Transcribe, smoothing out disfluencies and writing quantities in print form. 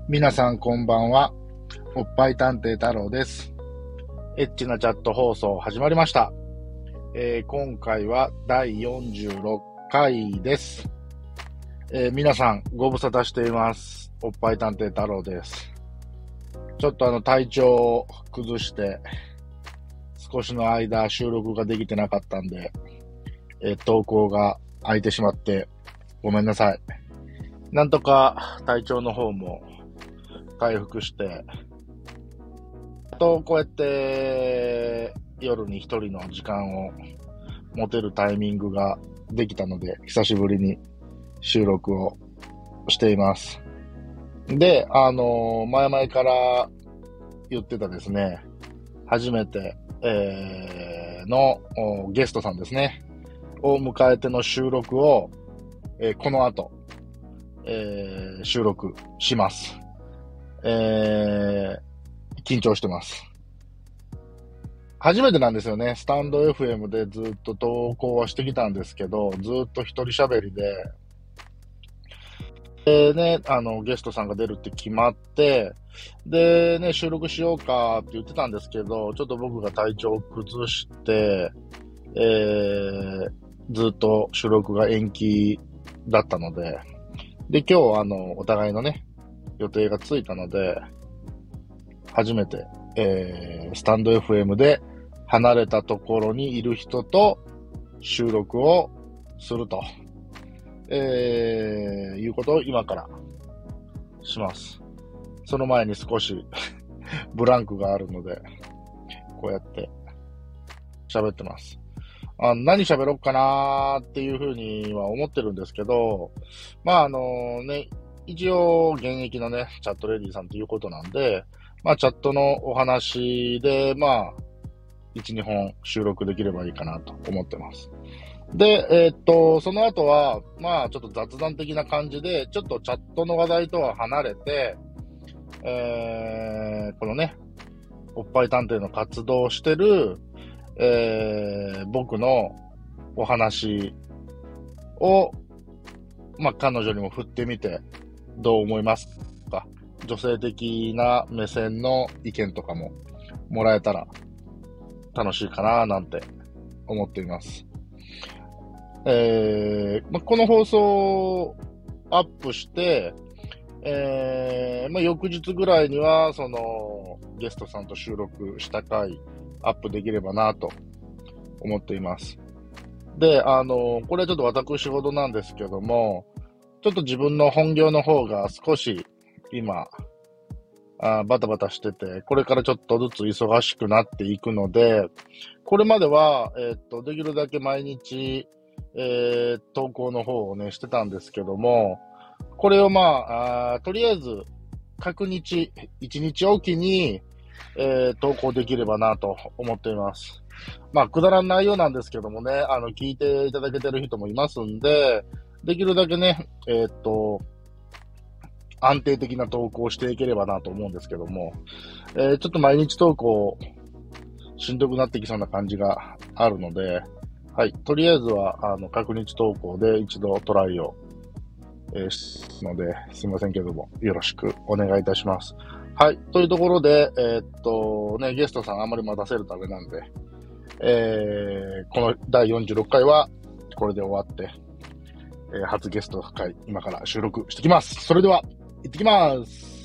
皆さんこんばんは。おっぱい探偵太郎です。エッチなチャット放送始まりました。今回は第46回です。皆さんご無沙汰しています。おっぱい探偵太郎です。ちょっと体調を崩して少しの間収録ができてなかったんで、投稿が空いてしまってごめんなさい。なんとか体調の方も回復して、こうやって夜に一人の時間を持てるタイミングができたので、久しぶりに収録をしています。で、前々から言ってたですね、初めて、のゲストさんですね、を迎えての収録を、この後、収録します。緊張してます。初めてなんですよね。スタンド FM でずっと投稿はしてきたんですけど、ずっと一人喋りで、ね、ゲストさんが出るって決まって、で、ね、収録しようかって言ってたんですけど、ちょっと僕が体調を崩して、ずっと収録が延期だったので、で、今日お互いのね、予定がついたので、初めて、スタンド FM で離れたところにいる人と収録をすると、いうことを今からします。その前に少しブランクがあるので、こうやって喋ってます。何喋ろうかなーっていうふうには思ってるんですけど、まあね、一応現役のね、チャットレディさんということなんで、まあチャットのお話で、まあ、1、2本収録できればいいかなと思ってます。で、その後は、まあちょっと雑談的な感じで、ちょっとチャットの話題とは離れて、このね、おっぱい探偵の活動をしてる、僕のお話を、まあ彼女にも振ってみて、どう思いますか？女性的な目線の意見とかももらえたら楽しいかななんて思っています。まあ、この放送をアップして、まあ、翌日ぐらいにはそのゲストさんと収録した回アップできればなと思っています。で、これはちょっと私事なんですけども、ちょっと自分の本業の方が少し今、バタバタしてて、これからちょっとずつ忙しくなっていくので、これまでは、できるだけ毎日、投稿の方をね、してたんですけども、これをまあ、とりあえず、各日、1日おきに、投稿できればなと思っています。まあ、くだらん内容なんですけどもね、聞いていただけてる人もいますんで、できるだけね、安定的な投稿をしていければなと思うんですけども、ちょっと毎日投稿しんどくなってきそうな感じがあるので、はい、とりあえずは各日投稿で一度トライを、すので、すいませんけども、よろしくお願いいたします。はい、というところで、ね、ゲストさんあんまり待たせるためなんで、この第46回はこれで終わって、初ゲスト会、今から収録してきます。それでは、行ってきます。